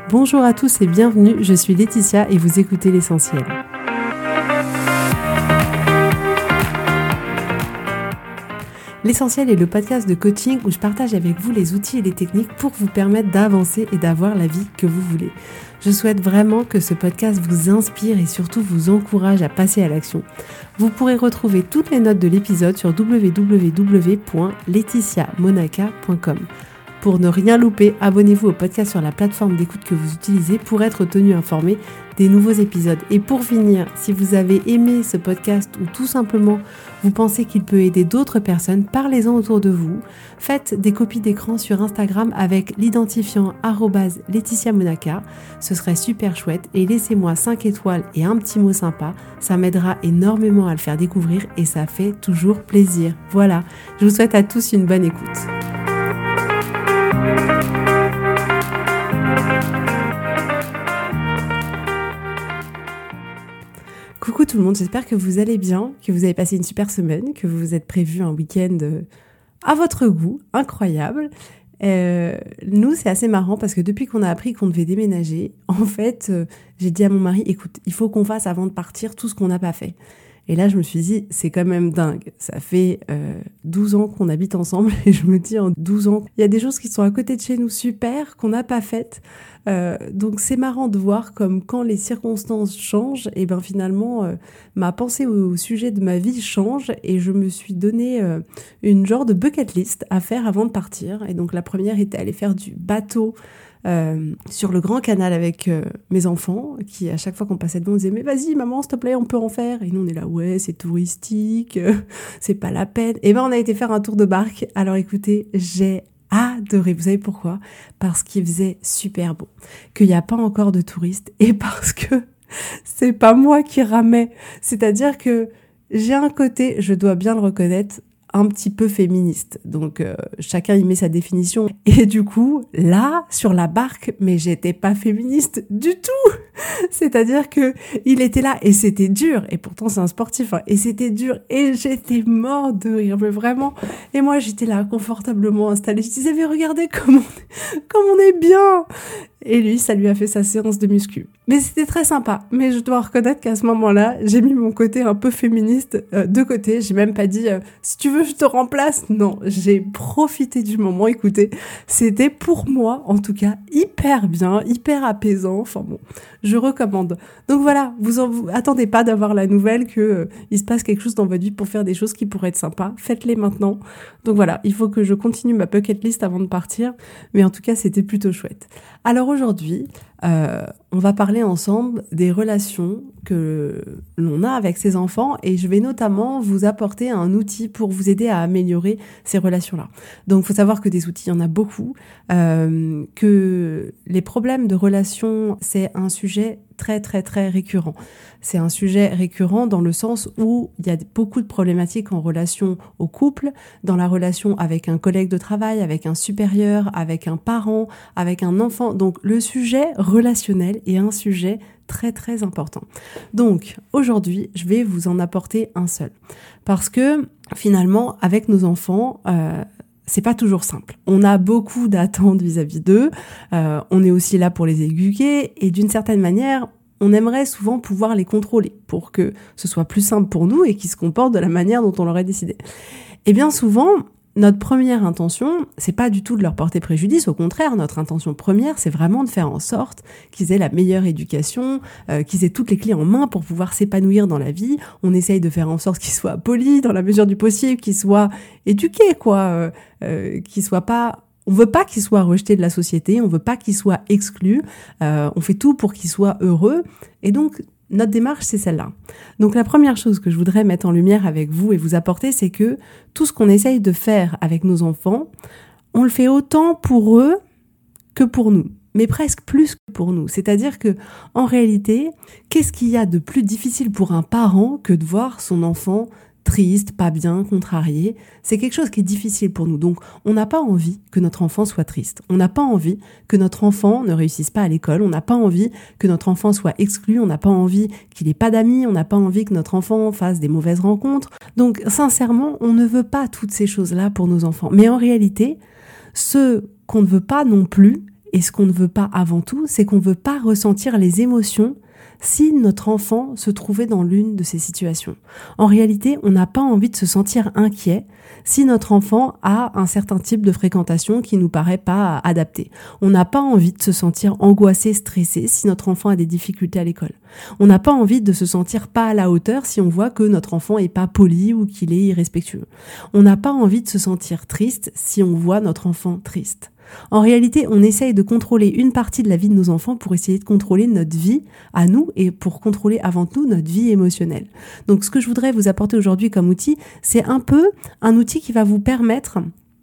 Bonjour à tous et bienvenue, je suis Laetitia et vous écoutez L'Essentiel. L'Essentiel est le podcast de coaching où je partage avec vous les outils et les techniques pour vous permettre d'avancer et d'avoir la vie que vous voulez. Je souhaite vraiment que ce podcast vous inspire et surtout vous encourage à passer à l'action. Vous pourrez retrouver toutes les notes de l'épisode sur www.laetitiamonaca.com. Pour ne rien louper, abonnez-vous au podcast sur la plateforme d'écoute que vous utilisez pour être tenu informé des nouveaux épisodes. Et pour finir, si vous avez aimé ce podcast ou tout simplement vous pensez qu'il peut aider d'autres personnes, parlez-en autour de vous. Faites des copies d'écran sur Instagram avec l'identifiant @LaetitiaMonaca. Ce serait super chouette et laissez-moi 5 étoiles et un petit mot sympa. Ça m'aidera énormément à le faire découvrir et ça fait toujours plaisir. Voilà, je vous souhaite à tous une bonne écoute. Coucou tout le monde, j'espère que vous allez bien, que vous avez passé une super semaine, que vous vous êtes prévu un week-end à votre goût, incroyable. Nous, c'est assez marrant parce que depuis qu'on a appris qu'on devait déménager, en fait, j'ai dit à mon mari, écoute, il faut qu'on fasse avant de partir tout ce qu'on n'a pas fait. Et là, je me suis dit, c'est quand même dingue. Ça fait 12 ans qu'on habite ensemble et je me dis, en 12 ans, il y a des choses qui sont à côté de chez nous super, qu'on n'a pas faites. Donc, c'est marrant de voir comme quand les circonstances changent, et ben finalement, ma pensée au sujet de ma vie change et je me suis donné une genre de bucket list à faire avant de partir. Et donc, la première était aller faire du bateau sur le grand canal avec mes enfants qui à chaque fois qu'on passait devant disaient mais vas-y maman s'il te plaît on peut en faire, et nous on est là ouais c'est touristique, c'est pas la peine. Et ben on a été faire un tour de barque. Alors écoutez, j'ai adoré. Vous savez pourquoi? Parce qu'il faisait super beau, qu'il n'y a pas encore de touristes et parce que c'est pas moi qui ramais, c'est-à-dire que j'ai un côté, je dois bien le reconnaître, un petit peu féministe. Donc, chacun y met sa définition. Et du coup, là, sur la barque, mais j'étais pas féministe du tout. C'est-à-dire que il était là et c'était dur. Et pourtant, c'est un sportif. Hein, et c'était dur. Et j'étais mort de rire. Mais vraiment. Et moi, j'étais là, confortablement installée. Je disais, mais regardez comme on est bien. Et lui, ça lui a fait sa séance de muscu. Mais c'était très sympa. Mais je dois reconnaître qu'à ce moment-là, j'ai mis mon côté un peu féministe de côté. J'ai même pas dit, si tu veux, je te remplace. Non, j'ai profité du moment. Écoutez, c'était pour moi, en tout cas, hyper bien, hyper apaisant. Enfin bon, je recommande. Donc voilà, vous attendez pas d'avoir la nouvelle que il se passe quelque chose dans votre vie pour faire des choses qui pourraient être sympas. Faites-les maintenant. Donc voilà, il faut que je continue ma bucket list avant de partir. Mais en tout cas, c'était plutôt chouette. Alors aujourd'hui, on va parler ensemble des relations que l'on a avec ses enfants et je vais notamment vous apporter un outil pour vous aider à améliorer ces relations-là. Donc, il faut savoir que des outils, il y en a beaucoup, que les problèmes de relations, c'est un sujet très, très, très récurrent. C'est un sujet récurrent dans le sens où il y a beaucoup de problématiques en relation au couple, dans la relation avec un collègue de travail, avec un supérieur, avec un parent, avec un enfant. Donc, le sujet relationnel est un sujet très, très important. Donc, aujourd'hui, je vais vous en apporter un seul. Parce que, finalement, avec nos enfants, c'est pas toujours simple. On a beaucoup d'attentes vis-à-vis d'eux. On est aussi là pour les éduquer et d'une certaine manière, on aimerait souvent pouvoir les contrôler pour que ce soit plus simple pour nous et qu'ils se comportent de la manière dont on l'aurait décidé. Et bien souvent, notre première intention, c'est pas du tout de leur porter préjudice. Au contraire, notre intention première, c'est vraiment de faire en sorte qu'ils aient la meilleure éducation, qu'ils aient toutes les clés en main pour pouvoir s'épanouir dans la vie. On essaye de faire en sorte qu'ils soient polis dans la mesure du possible, qu'ils soient éduqués, quoi, qu'ils soient pas... On veut pas qu'ils soient rejetés de la société, on veut pas qu'ils soient exclus, on fait tout pour qu'ils soient heureux. Et donc, notre démarche, c'est celle-là. Donc, la première chose que je voudrais mettre en lumière avec vous et vous apporter, c'est que tout ce qu'on essaye de faire avec nos enfants, on le fait autant pour eux que pour nous, mais presque plus que pour nous. C'est-à-dire que, en réalité, qu'est-ce qu'il y a de plus difficile pour un parent que de voir son enfant triste, pas bien, contrarié? C'est quelque chose qui est difficile pour nous. Donc, on n'a pas envie que notre enfant soit triste. On n'a pas envie que notre enfant ne réussisse pas à l'école. On n'a pas envie que notre enfant soit exclu. On n'a pas envie qu'il ait pas d'amis. On n'a pas envie que notre enfant fasse des mauvaises rencontres. Donc, sincèrement, on ne veut pas toutes ces choses-là pour nos enfants. Mais en réalité, ce qu'on ne veut pas non plus, Et ce qu'on ne veut pas avant tout, c'est qu'on ne veut pas ressentir les émotions si notre enfant se trouvait dans l'une de ces situations. En réalité, on n'a pas envie de se sentir inquiet si notre enfant a un certain type de fréquentation qui nous paraît pas adapté. On n'a pas envie de se sentir angoissé, stressé si notre enfant a des difficultés à l'école. On n'a pas envie de se sentir pas à la hauteur si on voit que notre enfant est pas poli ou qu'il est irrespectueux. On n'a pas envie de se sentir triste si on voit notre enfant triste. En réalité, on essaye de contrôler une partie de la vie de nos enfants pour essayer de contrôler notre vie à nous et pour contrôler avant tout notre vie émotionnelle. Donc ce que je voudrais vous apporter aujourd'hui comme outil, c'est un peu un outil qui va vous permettre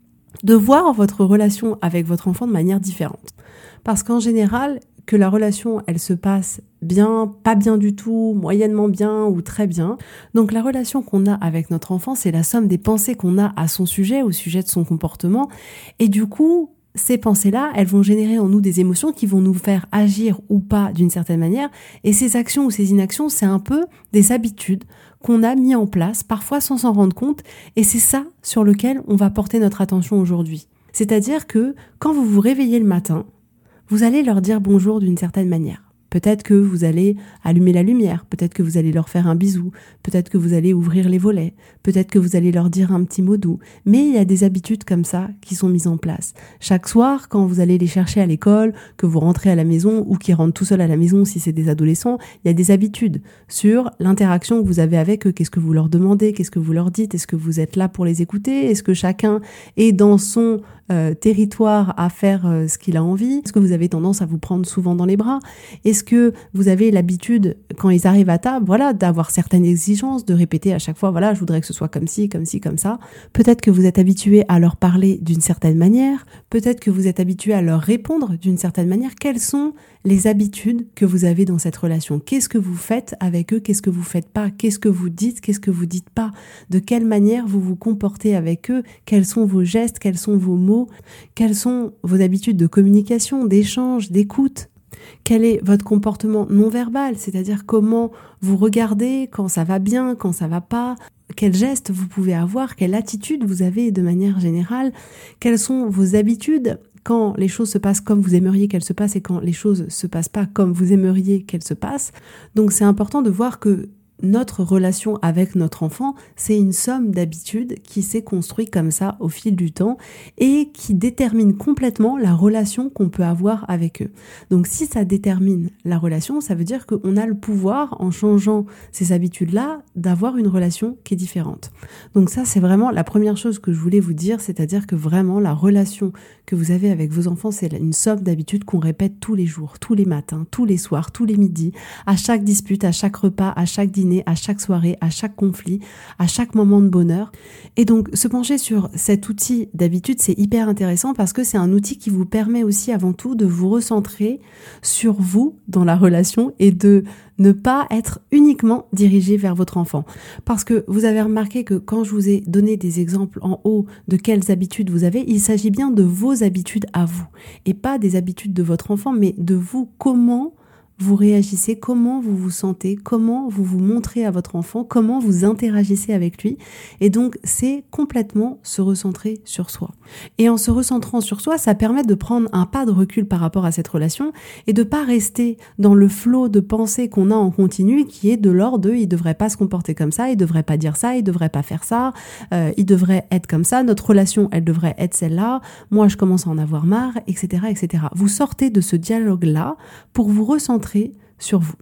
de voir votre relation avec votre enfant de manière différente. Parce qu'en général, que la relation, elle se passe bien, pas bien du tout, moyennement bien ou très bien. Donc la relation qu'on a avec notre enfant, c'est la somme des pensées qu'on a à son sujet, au sujet de son comportement. Et du coup, ces pensées-là, elles vont générer en nous des émotions qui vont nous faire agir ou pas d'une certaine manière. Et ces actions ou ces inactions, c'est un peu des habitudes qu'on a mis en place, parfois sans s'en rendre compte. Et c'est ça sur lequel on va porter notre attention aujourd'hui. C'est-à-dire que quand vous vous réveillez le matin, vous allez leur dire bonjour d'une certaine manière. Peut-être que vous allez allumer la lumière, peut-être que vous allez leur faire un bisou, peut-être que vous allez ouvrir les volets, peut-être que vous allez leur dire un petit mot doux. Mais il y a des habitudes comme ça qui sont mises en place. Chaque soir, quand vous allez les chercher à l'école, que vous rentrez à la maison ou qu'ils rentrent tout seuls à la maison si c'est des adolescents, il y a des habitudes sur l'interaction que vous avez avec eux. Qu'est-ce que vous leur demandez? Qu'est-ce que vous leur dites? Est-ce que vous êtes là pour les écouter? Est-ce que chacun est dans son territoire à faire ce qu'il a envie? Est-ce que vous avez tendance à vous prendre souvent dans les bras? Est-ce que vous avez l'habitude, quand ils arrivent à table, voilà, d'avoir certaines exigences, de répéter à chaque fois, voilà, je voudrais que ce soit comme ci, comme ça. Peut-être que vous êtes habitué à leur parler d'une certaine manière. Peut-être que vous êtes habitué à leur répondre d'une certaine manière. Quelles sont les habitudes que vous avez dans cette relation? Qu'est-ce que vous faites avec eux? Qu'est-ce que vous faites pas? Qu'est-ce que vous dites? Qu'est-ce que vous dites pas? De quelle manière vous vous comportez avec eux? Quels sont vos gestes? Quels sont vos mots? Quelles sont vos habitudes de communication, d'échange, d'écoute? Quel est votre comportement non verbal? C'est-à-dire comment vous regardez quand ça va bien, quand ça va pas? Quels gestes vous pouvez avoir? Quelle attitude vous avez de manière générale? Quelles sont vos habitudes quand les choses se passent comme vous aimeriez qu'elles se passent et quand les choses se passent pas comme vous aimeriez qu'elles se passent? Donc c'est important de voir que notre relation avec notre enfant, c'est une somme d'habitudes qui s'est construite comme ça au fil du temps et qui détermine complètement la relation qu'on peut avoir avec eux. Donc si ça détermine la relation, ça veut dire qu'on a le pouvoir, en changeant ces habitudes-là, d'avoir une relation qui est différente. Donc ça, c'est vraiment la première chose que je voulais vous dire, c'est-à-dire que vraiment la relation que vous avez avec vos enfants, c'est une somme d'habitudes qu'on répète tous les jours, tous les matins, tous les soirs, tous les midis, à chaque dispute, à chaque repas, à chaque dîner, à chaque soirée, à chaque conflit, à chaque moment de bonheur. Et donc, se pencher sur cet outil d'habitude, c'est hyper intéressant parce que c'est un outil qui vous permet aussi avant tout de vous recentrer sur vous dans la relation et de ne pas être uniquement dirigé vers votre enfant. Parce que vous avez remarqué que quand je vous ai donné des exemples en haut de quelles habitudes vous avez, il s'agit bien de vos habitudes à vous et pas des habitudes de votre enfant, mais de vous, comment vous réagissez, comment vous vous sentez, comment vous vous montrez à votre enfant, comment vous interagissez avec lui. Et donc, c'est complètement se recentrer sur soi. Et en se recentrant sur soi, ça permet de prendre un pas de recul par rapport à cette relation et de pas rester dans le flot de pensées qu'on a en continu qui est de l'ordre de « il devrait pas se comporter comme ça, il devrait pas dire ça, il devrait pas faire ça, il devrait être comme ça, notre relation, elle devrait être celle-là, moi je commence à en avoir marre, etc. etc. » Vous sortez de ce dialogue-là pour vous recentrer sur vous.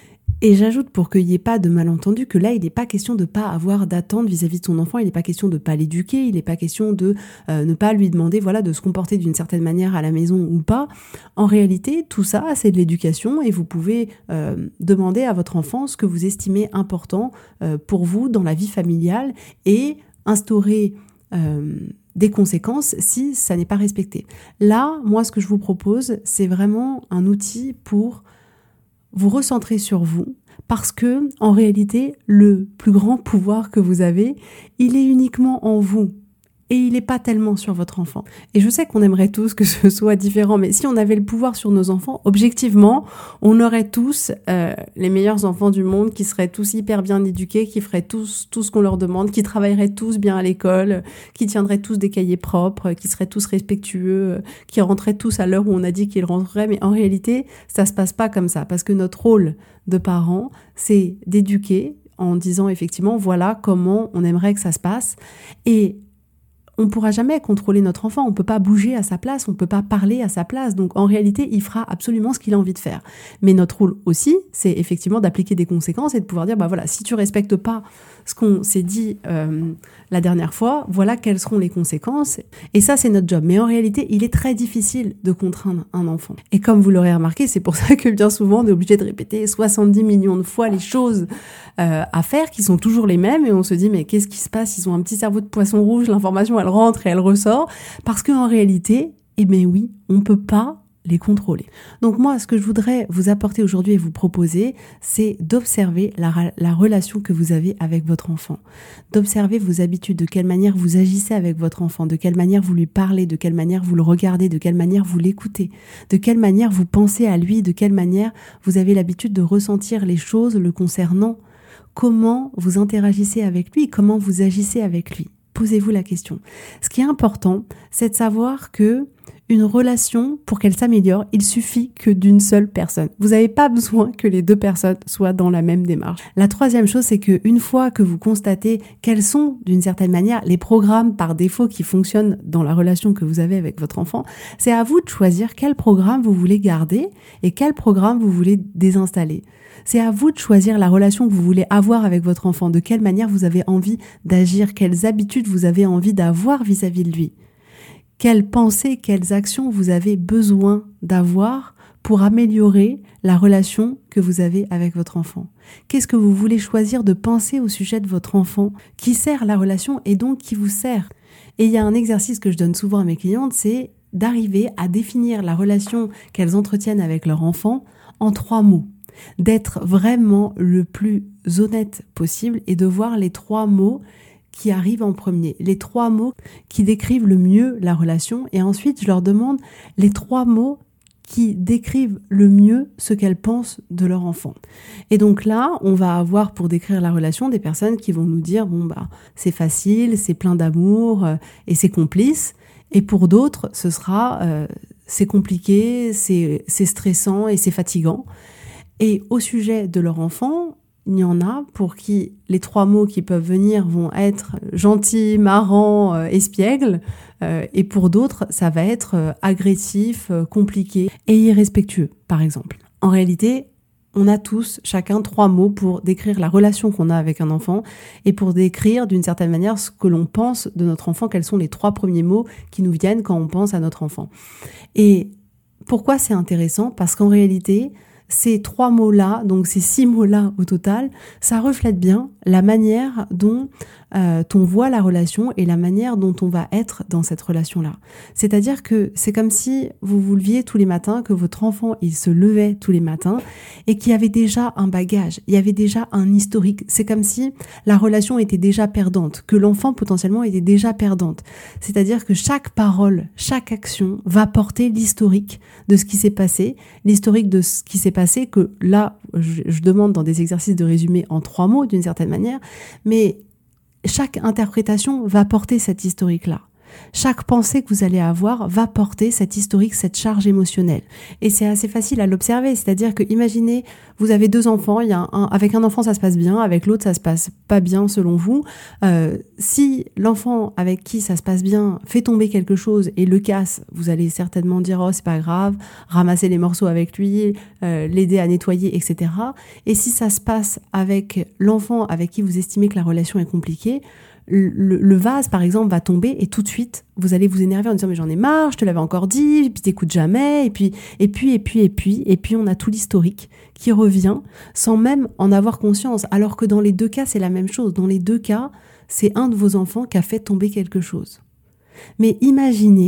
Et j'ajoute, pour qu'il n'y ait pas de malentendu, que là, il n'est pas question de ne pas avoir d'attente vis-à-vis de son enfant, il n'est pas question de ne pas l'éduquer, il n'est pas question de ne pas lui demander de se comporter d'une certaine manière à la maison ou pas. En réalité, tout ça, c'est de l'éducation et vous pouvez demander à votre enfant ce que vous estimez important pour vous dans la vie familiale et instaurer des conséquences si ça n'est pas respecté. Là, moi, ce que je vous propose, c'est vraiment un outil pour vous recentrer sur vous, parce que, en réalité, le plus grand pouvoir que vous avez, il est uniquement en vous et il n'est pas tellement sur votre enfant. Et je sais qu'on aimerait tous que ce soit différent, mais si on avait le pouvoir sur nos enfants, objectivement, on aurait tous les meilleurs enfants du monde, qui seraient tous hyper bien éduqués, qui feraient tous tout ce qu'on leur demande, qui travailleraient tous bien à l'école, qui tiendraient tous des cahiers propres, qui seraient tous respectueux, qui rentraient tous à l'heure où on a dit qu'ils rentreraient. Mais en réalité, ça se passe pas comme ça, parce que notre rôle de parents, c'est d'éduquer en disant effectivement, voilà comment on aimerait que ça se passe. Et on ne pourra jamais contrôler notre enfant, on ne peut pas bouger à sa place, on ne peut pas parler à sa place. Donc en réalité, il fera absolument ce qu'il a envie de faire. Mais notre rôle aussi, c'est effectivement d'appliquer des conséquences et de pouvoir dire, bah voilà, si tu respectes pas ce qu'on s'est dit la dernière fois, voilà quelles seront les conséquences. Et ça, c'est notre job. Mais en réalité, il est très difficile de contraindre un enfant. Et comme vous l'aurez remarqué, c'est pour ça que bien souvent, on est obligé de répéter 70 millions de fois les choses à faire, qui sont toujours les mêmes. Et on se dit, mais qu'est-ce qui se passe? Ils ont un petit cerveau de poisson rouge, l'information, elle rentre et elle ressort. Parce qu'en réalité, eh bien oui, on peut pas les contrôler. Donc moi, ce que je voudrais vous apporter aujourd'hui et vous proposer, c'est d'observer la relation que vous avez avec votre enfant, d'observer vos habitudes, de quelle manière vous agissez avec votre enfant, de quelle manière vous lui parlez, de quelle manière vous le regardez, de quelle manière vous l'écoutez, de quelle manière vous pensez à lui, de quelle manière vous avez l'habitude de ressentir les choses le concernant, comment vous interagissez avec lui, comment vous agissez avec lui. Posez-vous la question. Ce qui est important, c'est de savoir que une relation, pour qu'elle s'améliore, il suffit que d'une seule personne. Vous n'avez pas besoin que les deux personnes soient dans la même démarche. La troisième chose, c'est qu'une fois que vous constatez quels sont, d'une certaine manière, les programmes par défaut qui fonctionnent dans la relation que vous avez avec votre enfant, c'est à vous de choisir quel programme vous voulez garder et quel programme vous voulez désinstaller. C'est à vous de choisir la relation que vous voulez avoir avec votre enfant, de quelle manière vous avez envie d'agir, quelles habitudes vous avez envie d'avoir vis-à-vis de lui. Quelles pensées, quelles actions vous avez besoin d'avoir pour améliorer la relation que vous avez avec votre enfant? Qu'est-ce que vous voulez choisir de penser au sujet de votre enfant qui sert la relation et donc qui vous sert? Et il y a un exercice que je donne souvent à mes clientes, c'est d'arriver à définir la relation qu'elles entretiennent avec leur enfant en 3 mots. D'être vraiment le plus honnête possible et de voir les 3 mots qui arrivent en premier, les 3 mots qui décrivent le mieux la relation, et ensuite je leur demande les 3 mots qui décrivent le mieux ce qu'elles pensent de leur enfant. Et donc là, on va avoir pour décrire la relation des personnes qui vont nous dire bon bah c'est facile, c'est plein d'amour et c'est complice, et pour d'autres ce sera c'est compliqué, c'est stressant et c'est fatigant. Et au sujet de leur enfant, il y en a pour qui les 3 mots qui peuvent venir vont être gentil, marrant, espiègle, et pour d'autres, ça va être agressif, compliqué et irrespectueux, par exemple. En réalité, on a tous, chacun, 3 mots pour décrire la relation qu'on a avec un enfant et pour décrire d'une certaine manière ce que l'on pense de notre enfant, quels sont les 3 premiers mots qui nous viennent quand on pense à notre enfant. Et pourquoi c'est intéressant? Parce qu'en réalité, ces 3 mots-là, donc ces 6 mots-là au total, ça reflète bien la manière dont on voit la relation et la manière dont on va être dans cette relation-là. C'est-à-dire que c'est comme si vous vous leviez tous les matins, que votre enfant, il se levait tous les matins et qu'il y avait déjà un bagage, il y avait déjà un historique. C'est comme si la relation était déjà perdante, que l'enfant potentiellement était déjà perdante. C'est-à-dire que chaque parole, chaque action va porter l'historique de ce qui s'est passé, l'historique de ce qui s'est passé, que là, je demande dans des exercices de résumé en 3 mots d'une certaine manière, mais chaque interprétation va porter cet historique-là. Chaque pensée que vous allez avoir va porter cet historique, cette charge émotionnelle. Et c'est assez facile à l'observer, c'est-à-dire que imaginez, vous avez 2 enfants, avec un enfant ça se passe bien, avec l'autre ça se passe pas bien selon vous. Si l'enfant avec qui ça se passe bien fait tomber quelque chose et le casse, vous allez certainement dire oh c'est pas grave, ramasser les morceaux avec lui, l'aider à nettoyer, etc. Et si ça se passe avec l'enfant avec qui vous estimez que la relation est compliquée, le vase par exemple va tomber et tout de suite vous allez vous énerver en disant mais j'en ai marre, je te l'avais encore dit, et puis t'écoutes jamais, et puis on a tout l'historique qui revient sans même en avoir conscience, alors que dans les 2 cas c'est la même chose. Dans les 2 cas c'est un de vos enfants qui a fait tomber quelque chose. Mais imaginez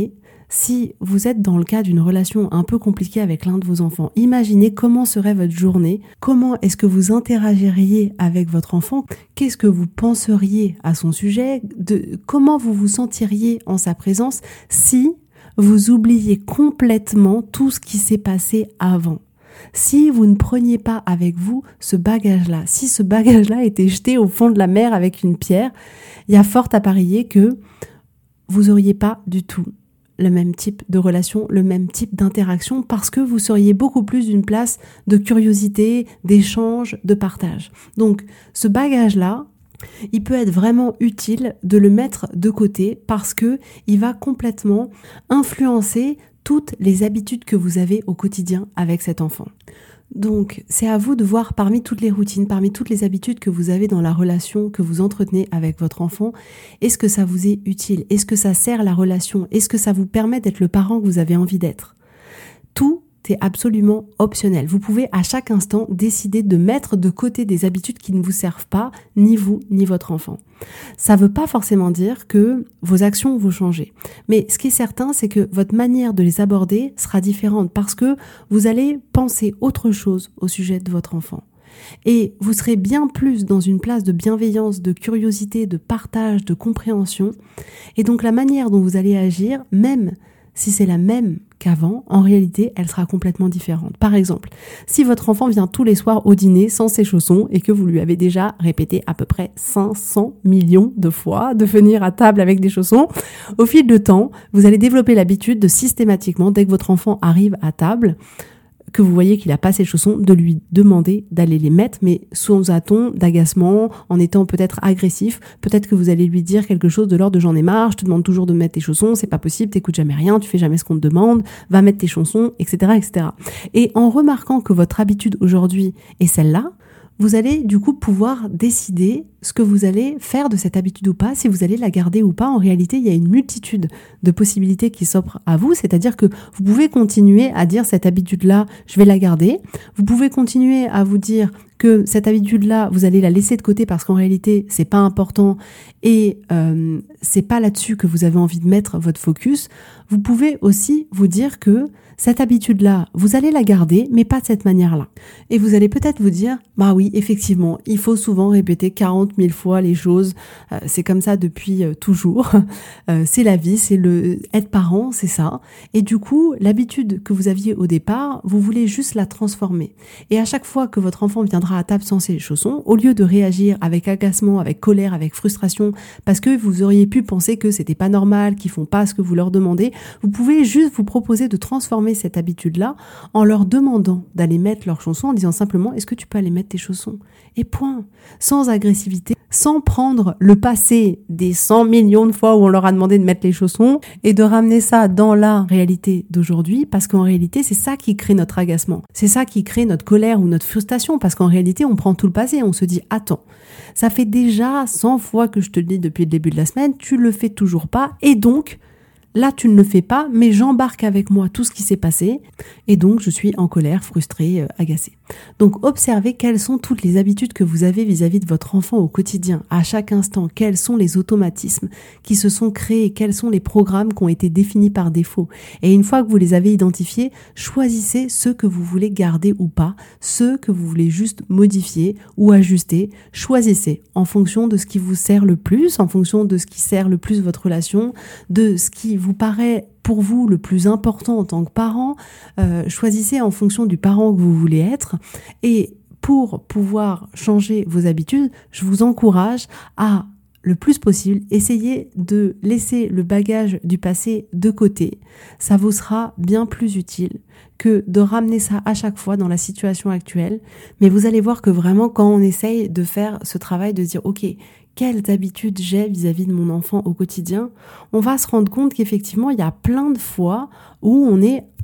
Si vous êtes dans le cas d'une relation un peu compliquée avec l'un de vos enfants, imaginez comment serait votre journée, comment est-ce que vous interagiriez avec votre enfant, qu'est-ce que vous penseriez à son sujet, comment vous vous sentiriez en sa présence si vous oubliez complètement tout ce qui s'est passé avant. Si vous ne preniez pas avec vous ce bagage-là, si ce bagage-là était jeté au fond de la mer avec une pierre, il y a fort à parier que vous n'auriez pas du tout le même type de relation, le même type d'interaction, parce que vous seriez beaucoup plus d'une place de curiosité, d'échange, de partage. Donc, ce bagage-là, il peut être vraiment utile de le mettre de côté parce que il va complètement influencer toutes les habitudes que vous avez au quotidien avec cet enfant. Donc, c'est à vous de voir parmi toutes les routines, parmi toutes les habitudes que vous avez dans la relation que vous entretenez avec votre enfant, est-ce que ça vous est utile? Est-ce que ça sert la relation? Est-ce que ça vous permet d'être le parent que vous avez envie d'être? Tout est absolument optionnel. Vous pouvez à chaque instant décider de mettre de côté des habitudes qui ne vous servent pas, ni vous, ni votre enfant. Ça ne veut pas forcément dire que vos actions vont changer. Mais ce qui est certain, c'est que votre manière de les aborder sera différente parce que vous allez penser autre chose au sujet de votre enfant. Et vous serez bien plus dans une place de bienveillance, de curiosité, de partage, de compréhension. Et donc la manière dont vous allez agir, même si c'est la même qu'avant, en réalité, elle sera complètement différente. Par exemple, si votre enfant vient tous les soirs au dîner sans ses chaussons et que vous lui avez déjà répété à peu près 500 millions de fois de venir à table avec des chaussons, au fil du temps, vous allez développer l'habitude de systématiquement, dès que votre enfant arrive à table, que vous voyez qu'il n'a pas ses chaussons, de lui demander d'aller les mettre, mais sous un ton d'agacement, en étant peut-être agressif. Peut-être que vous allez lui dire quelque chose de l'ordre de « j'en ai marre, je te demande toujours de mettre tes chaussons, c'est pas possible, t'écoutes jamais rien, tu fais jamais ce qu'on te demande, va mettre tes chaussons, etc. etc. » Et en remarquant que votre habitude aujourd'hui est celle-là, vous allez du coup pouvoir décider ce que vous allez faire de cette habitude ou pas, si vous allez la garder ou pas. En réalité, il y a une multitude de possibilités qui s'offrent à vous, c'est-à-dire que vous pouvez continuer à dire cette habitude-là, je vais la garder. Vous pouvez continuer à vous dire que cette habitude-là, vous allez la laisser de côté parce qu'en réalité, c'est pas important et c'est pas là-dessus que vous avez envie de mettre votre focus. Vous pouvez aussi vous dire que cette habitude-là, vous allez la garder, mais pas de cette manière-là. Et vous allez peut-être vous dire, bah oui, effectivement, il faut souvent répéter 40 000 fois les choses. C'est comme ça depuis toujours. C'est la vie, c'est être parent, c'est ça. Et du coup, l'habitude que vous aviez au départ, vous voulez juste la transformer. Et à chaque fois que votre enfant viendra à table sans ses chaussons, au lieu de réagir avec agacement, avec colère, avec frustration, parce que vous auriez pu penser que c'était pas normal, qu'ils font pas ce que vous leur demandez, vous pouvez juste vous proposer de transformer cette habitude-là en leur demandant d'aller mettre leurs chaussons, en disant simplement « est-ce que tu peux aller mettre tes chaussons ?» Et point. Sans agressivité, sans prendre le passé des 100 millions de fois où on leur a demandé de mettre les chaussons et de ramener ça dans la réalité d'aujourd'hui, parce qu'en réalité, c'est ça qui crée notre agacement. C'est ça qui crée notre colère ou notre frustration, parce qu'en réalité, on prend tout le passé et on se dit « attends, ça fait déjà 100 fois que je te le dis depuis le début de la semaine, tu le fais toujours pas, et donc... là, tu ne le fais pas, mais j'embarque avec moi tout ce qui s'est passé et donc je suis en colère, frustrée, agacée. Donc observez quelles sont toutes les habitudes que vous avez vis-à-vis de votre enfant au quotidien, à chaque instant, quels sont les automatismes qui se sont créés, quels sont les programmes qui ont été définis par défaut. Et une fois que vous les avez identifiés, choisissez ceux que vous voulez garder ou pas, ceux que vous voulez juste modifier ou ajuster. Choisissez en fonction de ce qui vous sert le plus, en fonction de ce qui sert le plus votre relation, de ce qui vous paraît pour vous le plus important en tant que parent. Choisissez en fonction du parent que vous voulez être. Et pour pouvoir changer vos habitudes, je vous encourage à, le plus possible, essayer de laisser le bagage du passé de côté. Ça vous sera bien plus utile que de ramener ça à chaque fois dans la situation actuelle. Mais vous allez voir que vraiment, quand on essaye de faire ce travail de dire « ok, quelles habitudes j'ai vis-à-vis de mon enfant au quotidien ?» on va se rendre compte qu'effectivement, il y a plein de fois où on est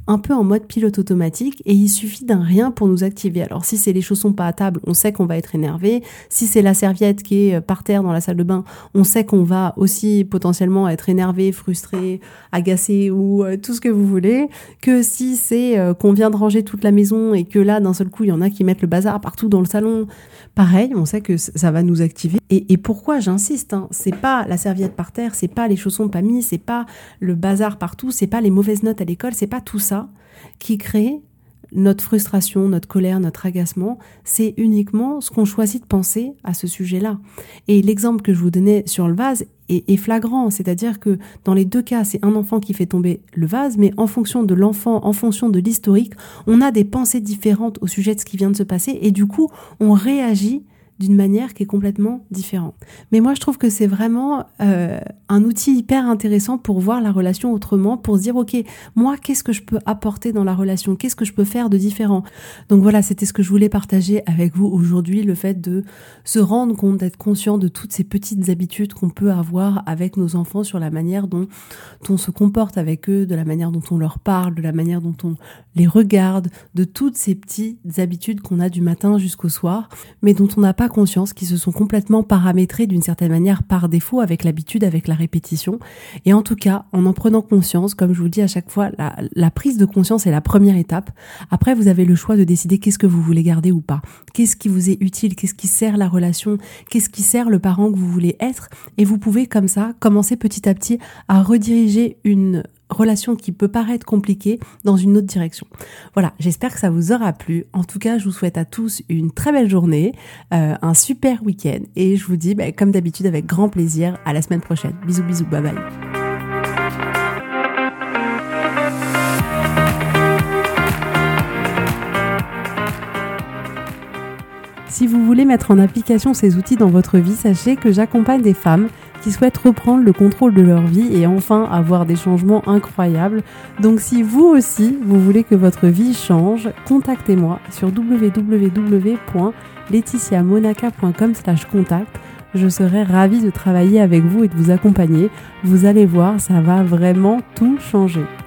un peu en mode pilote automatique et il suffit d'un rien pour nous activer. Alors si c'est les chaussons pas à table, on sait qu'on va être énervé. Si c'est la serviette qui est par terre dans la salle de bain, on sait qu'on va aussi potentiellement être énervé, frustré, agacé ou tout ce que vous voulez. Que si c'est qu'on vient de ranger toute la maison et que là d'un seul coup il y en a qui mettent le bazar partout dans le salon, pareil, on sait que ça va nous activer. Et pourquoi j'insiste, c'est pas la serviette par terre, c'est pas les chaussons pas mis, c'est pas le bazar partout, c'est pas les mauvaises notes à l'école, c'est pas tout ça qui crée notre frustration, notre colère, notre agacement, c'est uniquement ce qu'on choisit de penser à ce sujet-là. Et l'exemple que je vous donnais sur le vase est flagrant, c'est-à-dire que dans les deux cas, c'est un enfant qui fait tomber le vase, mais en fonction de l'enfant, en fonction de l'historique, on a des pensées différentes au sujet de ce qui vient de se passer et du coup, on réagit d'une manière qui est complètement différente. Mais moi, je trouve que c'est vraiment un outil hyper intéressant pour voir la relation autrement, pour se dire, ok, moi, qu'est-ce que je peux apporter dans la relation? Qu'est-ce que je peux faire de différent? Donc voilà, c'était ce que je voulais partager avec vous aujourd'hui, le fait de se rendre compte, d'être conscient de toutes ces petites habitudes qu'on peut avoir avec nos enfants sur la manière dont on se comporte avec eux, de la manière dont on leur parle, de la manière dont on les regarde, de toutes ces petites habitudes qu'on a du matin jusqu'au soir, mais dont on n'a pas conscience, qui se sont complètement paramétrées d'une certaine manière par défaut avec l'habitude, avec la répétition. Et en tout cas, en prenant conscience, comme je vous le dis à chaque fois, la prise de conscience est la première étape. Après, vous avez le choix de décider qu'est-ce que vous voulez garder ou pas. Qu'est-ce qui vous est utile, qu'est-ce qui sert la relation, qu'est-ce qui sert le parent que vous voulez être. Et vous pouvez comme ça commencer petit à petit à rediriger une relation qui peut paraître compliquée dans une autre direction. Voilà, j'espère que ça vous aura plu. En tout cas, je vous souhaite à tous une très belle journée, un super week-end et je vous dis, comme d'habitude, avec grand plaisir, à la semaine prochaine. Bisous, bisous, bye bye. Si vous voulez mettre en application ces outils dans votre vie, sachez que j'accompagne des femmes qui souhaitent reprendre le contrôle de leur vie et enfin avoir des changements incroyables. Donc si vous aussi, vous voulez que votre vie change, contactez-moi sur www.laetitiamonaca.com/contact. Je serai ravie de travailler avec vous et de vous accompagner. Vous allez voir, ça va vraiment tout changer.